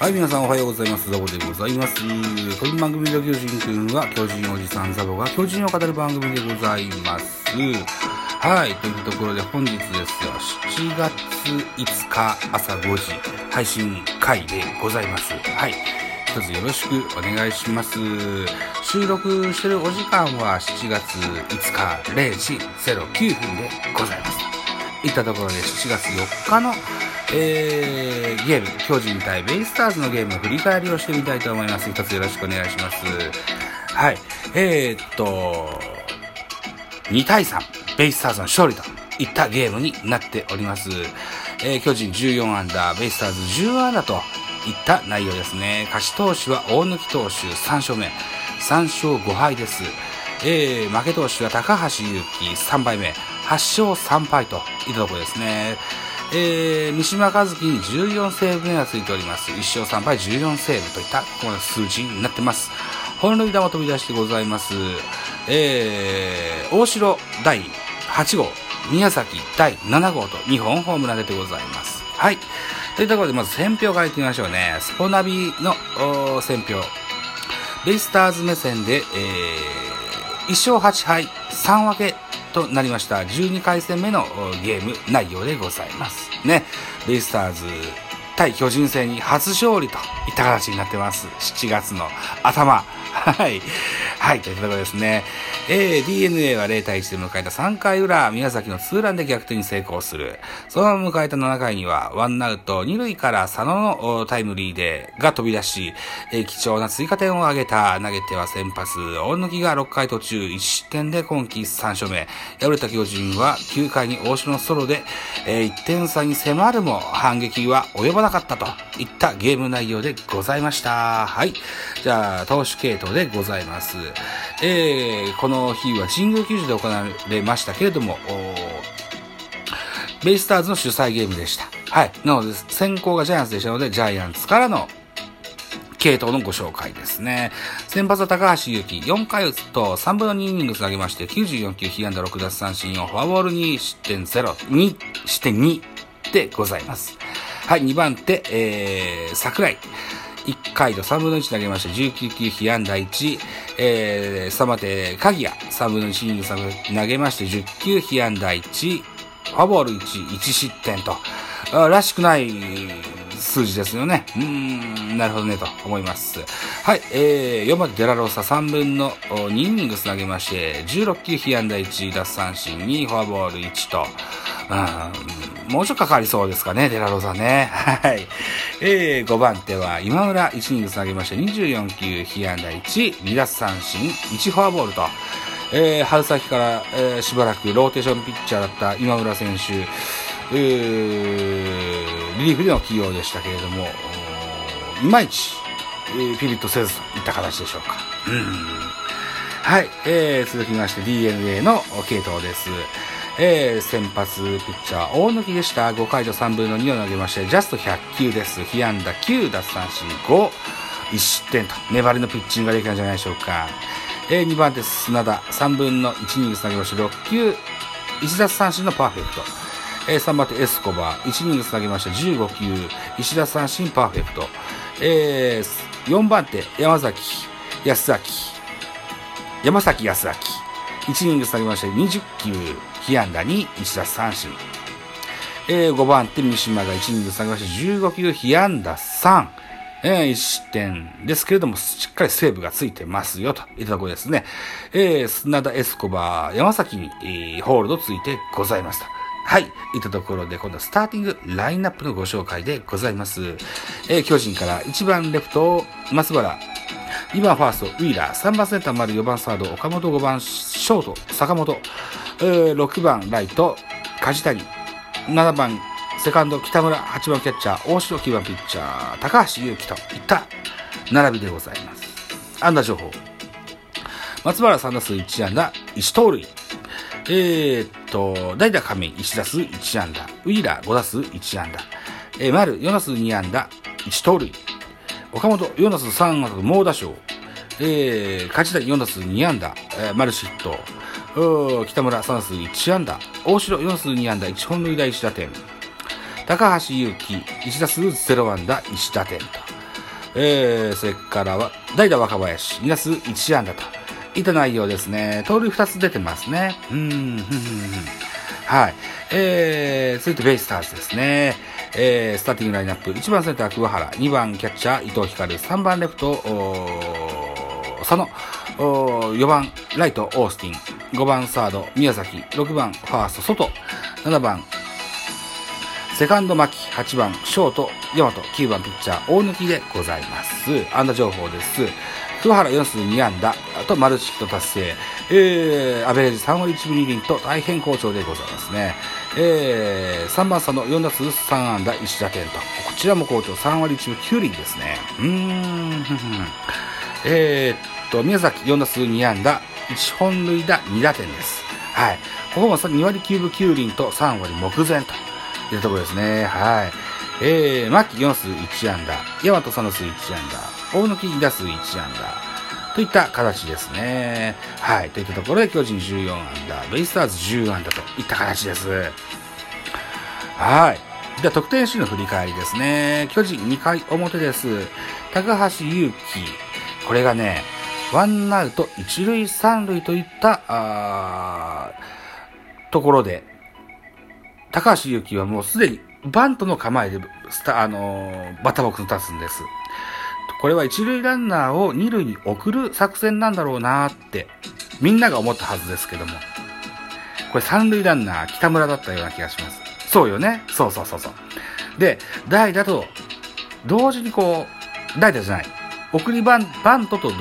はい、皆さんおはようございます。ザボでございます。この番組の巨人くんは巨人おじさんザボが巨人を語る番組でございます。はい、というところで本日ですよ、7月5日朝5時配信会でございます。はい、一つよろしくお願いします。収録してるお時間は7月5日0時09分でございます。いったところで7月4日のゲーム、巨人対ベイスターズのゲームの振り返りをしてみたいと思います。一つよろしくお願いします。はい。2対3、ベイスターズの勝利といったゲームになっております。巨人14アンダー、ベイスターズ10アンダーといった内容ですね。勝ち投手は大貫投手3勝目、3勝5敗です。負け投手は高橋優貴3敗目、8勝3敗といったところですね。三島和樹に14セーブ目がついております。1勝3敗14セーブといったこの数字になってます。本塁打も飛び出してございます。大城第8号、宮崎第7号と2本ホームラン出てございます。はい。というところでまず選評からいってみましょうね。スポナビの選評。ベイスターズ目線で、1勝8敗3分けとなりました12回戦目のゲーム内容でございますね。ベイスターズ対巨人戦に初勝利といった形になってます。7月の頭。はいはいというところですね。DNA は0対1で迎えた3回裏、宮崎のツーランで逆転に成功する。そのまま迎えた7回にはワンアウト2塁から佐野のタイムリーが飛び出し、貴重な追加点を挙げた。投げては先発大貫が6回途中1失点で今季3勝目。敗れた巨人は9回に大城のソロで、1点差に迫るも反撃は及ばなかったといったゲーム内容でございました。はい。じゃあ投手系統でございます。この日は神宮球場で行われましたけれども、ベイスターズの主催ゲームでした。はい。なので先行がジャイアンツでしたので、ジャイアンツからの系統のご紹介ですね。先発は高橋優貴、4回打つと3分の2イニング投げまして、94球、被安打6奪三振4、フォアボール2、失点0、2、失点2でございます。はい、2番手、桜井。1回と3分の1投げまして、19球、被安打1、3番手、鍵谷、3分の1イニング投げまして、10球、被安打1、フォアボール1、1失点と、らしくない数字ですよね。なるほどね、と思います。はい、4番手デラロサ3分の2イニング投げまして、16球、被安打1、奪三振2、フォアボール1と、もうちょっとかかりそうですかね、デラロサね。はい。5番手は今村1イニング投げまして、24球、被安打1、2奪三振、1フォアボールと、春先から、しばらくローテーションピッチャーだった今村選手、リリーフでの起用でしたけれども、いまいち、ピリッとせずといった形でしょうか。はい、続きまして DNA の系統です。先発ピッチャー大貫でした。5回と3分の2を投げまして、ジャスト100球です。被安打9、奪三振5、1失点と粘りのピッチングができたんじゃないでしょうか。2番手砂田、3分の1イニング投げまして、6球、1奪三振のパーフェクト。3番手エスコバー、1イニング投げまして、15球、1奪三振パーフェクト。4番手山崎康明、1イニング投げまして、20球、被安打2、1奪三振。5番手三島が1イニング投げまして、15球、被安打3、1失点ですけれども、しっかりセーブがついてますよといったところですね。砂田エスコバー、山崎に、ホールドついてございました。はい。いったところで、今度はスターティングラインナップのご紹介でございます。巨人から1番レフト、松原、2番ファースト、ウィーラー、3番センター丸、4番サード、岡本、5番ショート、坂本、6番ライト、梶谷、7番セカンド、北村、8番キャッチャー、大城、9番ピッチャー、高橋優貴といった並びでございます。安打情報。松原3打数1安打、1盗塁。代打亀井1打数1安打、ウィーラー5打数1安打、丸4打数2安打、1盗塁、岡本4打数3安打猛打賞、梶谷4打数2安打、丸シット、北村3打数1安打、大城4打数2安打、1本塁打1打点、高橋優貴1打数0安打1打点と、 それからは、代打若林、2打数1安打といった内容ですね。盗塁2つ出てますね。はい。続いてベイスターズですね。スターティングラインナップ、1番センター桑原、2番キャッチャー伊藤光、3番レフト、佐野、4番ライトオースティン、5番サード宮崎、6番ファースト外、7番セカンド牧、8番ショート大和、9番ピッチャー大貫でございます。安打情報です。桑原4数2安打とマルチヒット達成、アベレージ3割1分2厘と大変好調でございますね。3番佐野4打数3安打1打点と、こちらも好調、3割1分9厘ですね。宮崎4打数2安打1本塁打2打点です。はい。ここも2割9分9厘と3割目前というところですね。はい。牧4数1安打、大和3打数1安打、大貫2打数1安打といった形ですね。はい。といったところで巨人14安打、ベイスターズ10安打といった形です。はい。では得点シーンの振り返りですね。巨人2回表です。高橋優貴。これがね、ワンアウト一塁三塁といったところで、高橋優貴はもうすでにバントの構えでバッターボックスに立つんです。これは一塁ランナーを二塁に送る作戦なんだろうなーってみんなが思ったはずですけども、これ三塁ランナー北村だったような気がします。そうよね。そう。で、代打と同時に代打じゃない。送りバントと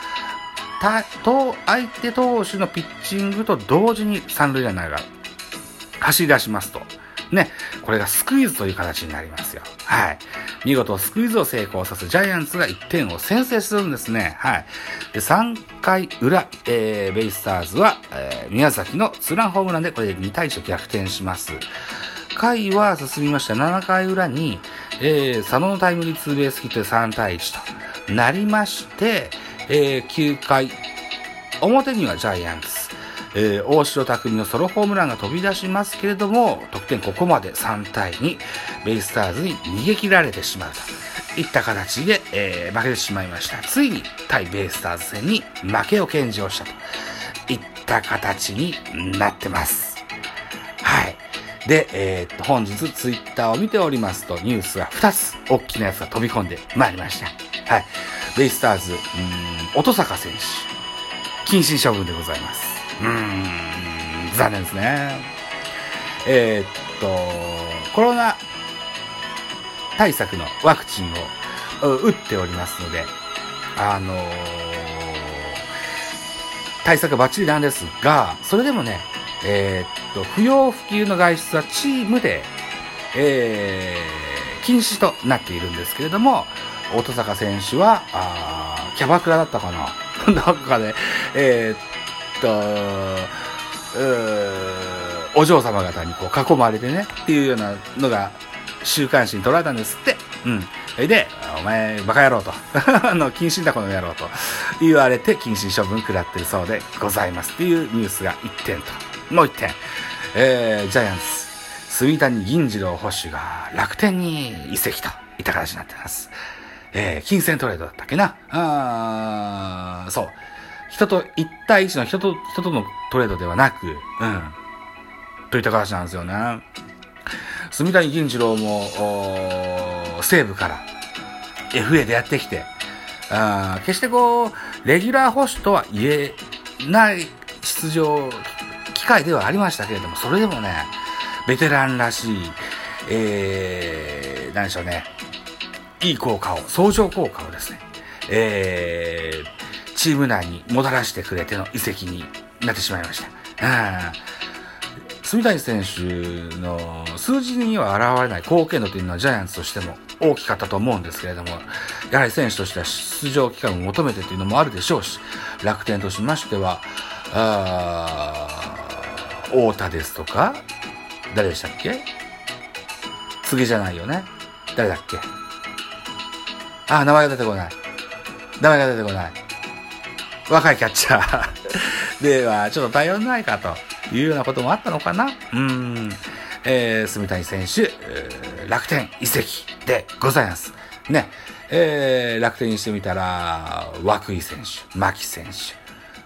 相手投手のピッチングと同時に三塁ランナーが走り出しますと。ね。これがスクイズという形になりますよ。はい。見事スクイズを成功させ、ジャイアンツが1点を先制するんですね。はい。で、3回裏、ベイスターズは、宮崎のツーランホームランでこれで2対1と逆転します。回は進みました。7回裏に、佐野のタイムリーツーベースヒットで3対1となりまして、9回表にはジャイアンツ、大城拓実のソロホームランが飛び出しますけれども、得点ここまで3対2、ベイスターズに逃げ切られてしまうといった形で、負けてしまいました。ついに対ベイスターズ戦に負けを献上したといった形になってます。はい。で、本日ツイッターを見ておりますと、ニュースが2つ大きなやつが飛び込んでまいりました。はい。ベイスターズ、音坂選手、謹慎処分でございます。残念ですね。コロナ対策のワクチンを打っておりますので、対策バッチリなんですが、それでもね、不要不急の外出はチームで、禁止となっているんですけれども、音坂選手は、キャバクラだったかなどこかで、お嬢様方に囲まれてね、っていうようなのが週刊誌に撮られたんですって。それで、お前バカ野郎と、謹慎だこの野郎と言われて謹慎処分食らってるそうでございますっていうニュースが1点と、もう1点、ジャイアンツ、住谷銀次郎捕手が楽天に移籍といった形になっています。金銭トレードだったっけな。そう。人と1対1の人とのトレードではなく、といった形なんですよね。住谷銀次郎も、西武から FA でやってきて、決してレギュラー捕手とは言えない出場機会ではありましたけれども、それでもね、ベテランらしい、何でしょうね、いい効果を、相乗効果をですね、チーム内にもたらしてくれての移籍になってしまいました。住谷選手の数字には現れない貢献度というのはジャイアンツとしても大きかったと思うんですけれども、やはり選手としては出場機会を求めてというのもあるでしょうし、楽天としましては、太田ですとか、誰でしたっけ？次じゃないよね。誰だっけ？名前が出てこない。若いキャッチャーではちょっと頼んないかというようなこともあったのかな。住谷選手、楽天移籍でございますね。 楽天にしてみたら、涌井選手、牧選手、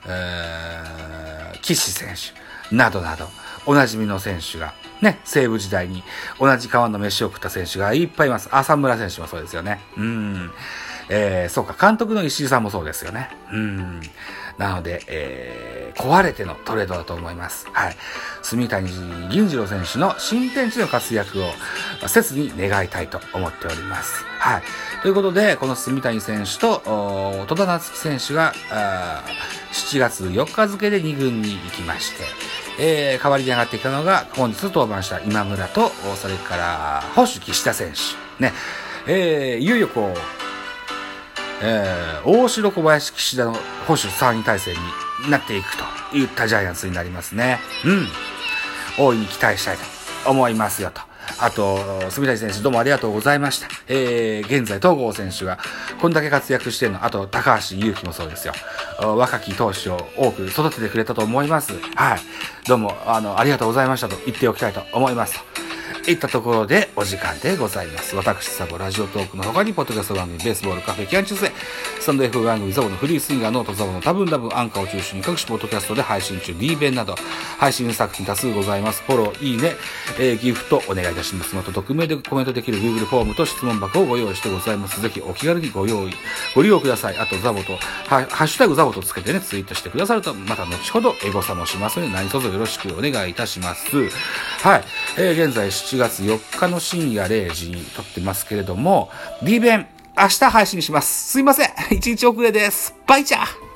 岸選手、などなど、おなじみの選手が、ね、西武時代に同じ川の飯を食った選手がいっぱいいます。浅村選手もそうですよね。そうか、監督の石井さんもそうですよね。なので、壊れてのトレードだと思います。はい。住谷銀次郎選手の新天地の活躍を切に願いたいと思っております。はい。ということで、この住谷選手と戸田夏樹選手が7月4日付で2軍に行きまして、代わりに上がってきたのが本日登板した今村と、それから保守岸田選手。ね。いよいよこう、大城小林岸田の保守3位体制になっていくといったジャイアンツになりますね。大いに期待したいと思いますよと。あと、住谷選手どうもありがとうございました。現在、東郷選手がこんだけ活躍してるの。あと、高橋優希もそうですよ。若き投手を多く育ててくれたと思います。はい。どうも、ありがとうございましたと言っておきたいと思いますと。いったところでお時間でございます。私、サボラジオトークの他に、ポッドキャスト番組、ベースボールカフェ、キャン中世、スタンド F 番組、ザボのフリースインガー、ノートザボの多分アンカーを中心に各種ポッドキャストで配信中、D 弁など、配信作品多数ございます。フォロー、いいね、ギフトお願いいたします。また、匿名でコメントできる Google フォームと質問箱をご用意してございます。ぜひお気軽にご利用ください。あと、ザボと、ハッシュタグザボとつけてね、ツイートしてくださると、また後ほどエゴサもしますので、何卒よろしくお願いいたします。はい。現在7月4日の深夜0時に撮ってますけれども、D 弁、明日配信します。すいません。1日遅れです。バイチャー。